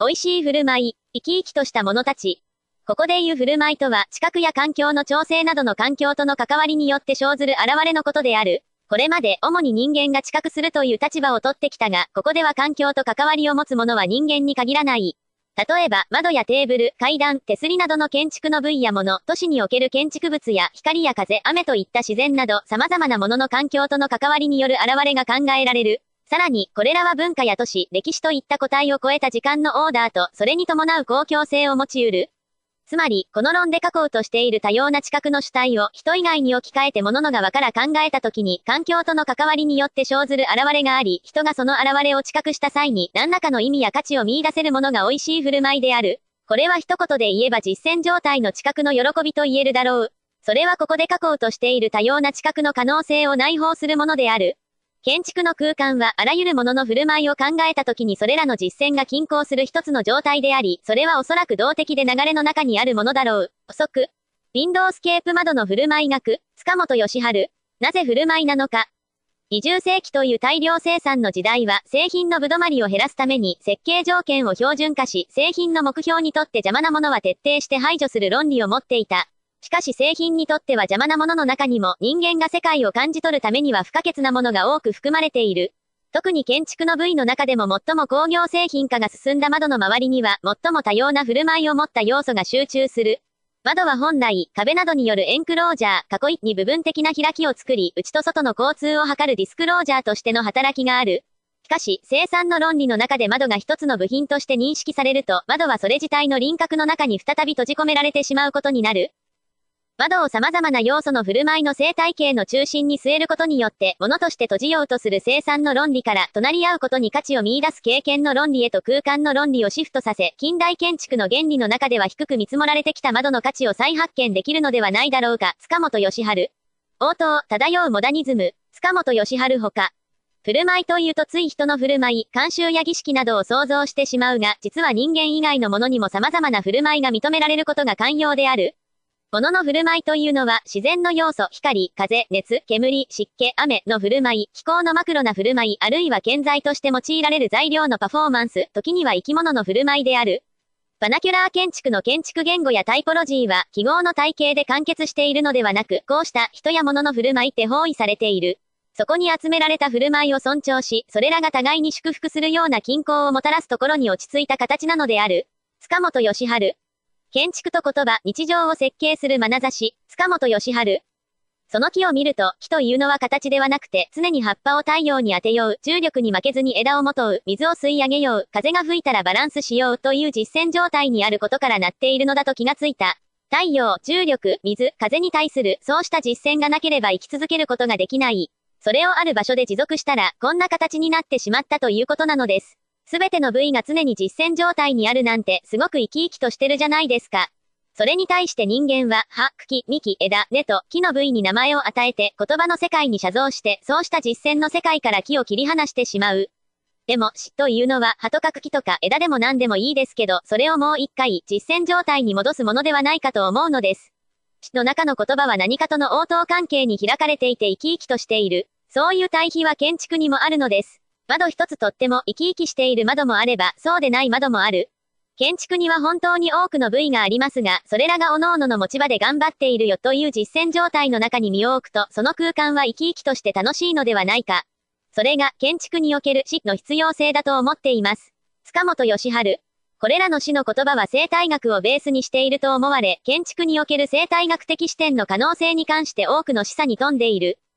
美味しい振る舞い、生き生きとした者たち。ここで言う振る舞いとは、視覚や環境の調整などの環境との関わりによって生ずる現れのことである。これまで主に人間が知覚するという立場をとってきたが、ここでは環境と関わりを持つものは人間に限らない。例えば、窓やテーブル、階段、手すりなどの建築の部位やもの、都市における建築物や光や風、雨といった自然など様々なものの環境との関わりによる現れが考えられる。さらに、これらは文化や都市、歴史といった個体を超えた時間のオーダーと、それに伴う公共性を持ち得る。つまり、この論で書こうとしている多様な知覚の主体を人以外に置き換えて物の側から考えたときに、環境との関わりによって生ずる現れがあり、人がその現れを知覚した際に、何らかの意味や価値を見出せるものが美味しい振る舞いである。これは一言で言えば実践状態の知覚の喜びと言えるだろう。それはここで書こうとしている多様な知覚の可能性を内包するものである。建築の空間はあらゆるものの振る舞いを考えたときにそれらの実践が均衡する一つの状態であり、それはおそらく動的で流れの中にあるものだろう。補足。ウィンドウスケープ窓の振る舞い学、塚本義治。なぜ振る舞いなのか。20世紀という大量生産の時代は製品のぶどまりを減らすために設計条件を標準化し、製品の目標にとって邪魔なものは徹底して排除する論理を持っていた。しかし製品にとっては邪魔なものの中にも人間が世界を感じ取るためには不可欠なものが多く含まれている。特に建築の部位の中でも最も工業製品化が進んだ窓の周りには最も多様な振る舞いを持った要素が集中する。窓は本来壁などによるエンクロージャー、囲いに部分的な開きを作り、内と外の交通を図るディスクロージャーとしての働きがある。しかし、生産の論理の中で窓が一つの部品として認識されると、窓はそれ自体の輪郭の中に再び閉じ込められてしまうことになる。窓を様々な要素の振る舞いの生態系の中心に据えることによって、物として閉じようとする生産の論理から、隣り合うことに価値を見出す経験の論理へと空間の論理をシフトさせ、近代建築の原理の中では低く見積もられてきた窓の価値を再発見できるのではないだろうか。塚本義治。応答、漂うモダニズム、塚本義治ほか。振る舞いというとつい人の振る舞い、慣習や儀式などを想像してしまうが、実は人間以外のものにも様々な振る舞いが認められることが寛容である。物の振る舞いというのは自然の要素、光、風、熱、煙、湿気、雨の振る舞い、気候のマクロな振る舞い、あるいは建材として用いられる材料のパフォーマンス、時には生き物の振る舞いである。バナキュラー建築の建築言語やタイポロジーは記号の体系で完結しているのではなく、こうした人や物の振る舞いって包囲されている。そこに集められた振る舞いを尊重し、それらが互いに祝福するような均衡をもたらすところに落ち着いた形なのである。塚本義治。建築と言葉、日常を設計する眼差し、塚本義治。その木を見ると、木というのは形ではなくて、常に葉っぱを太陽に当てよう、重力に負けずに枝を持とう、水を吸い上げよう、風が吹いたらバランスしようという実践状態にあることからなっているのだと気がついた。太陽、重力、水、風に対する、そうした実践がなければ生き続けることができない。それをある場所で持続したら、こんな形になってしまったということなのです。すべての部位が常に実践状態にあるなんてすごく生き生きとしてるじゃないですか。それに対して人間は葉、茎、幹、枝、根と木の部位に名前を与えて言葉の世界に写像してそうした実践の世界から木を切り離してしまう。でも死というのは葉とか茎とか枝でも何でもいいですけどそれをもう一回実践状態に戻すものではないかと思うのです。死の中の言葉は何かとの応答関係に開かれていて生き生きとしている。そういう対比は建築にもあるのです。窓一つとっても生き生きしている窓もあれば、そうでない窓もある。建築には本当に多くの部位がありますが、それらが各々の持ち場で頑張っているよという実践状態の中に身を置くと、その空間は生き生きとして楽しいのではないか。それが建築における死の必要性だと思っています。塚本義治。これらの死の言葉は生態学をベースにしていると思われ、建築における生態学的視点の可能性に関して多くの示唆に富んでいる。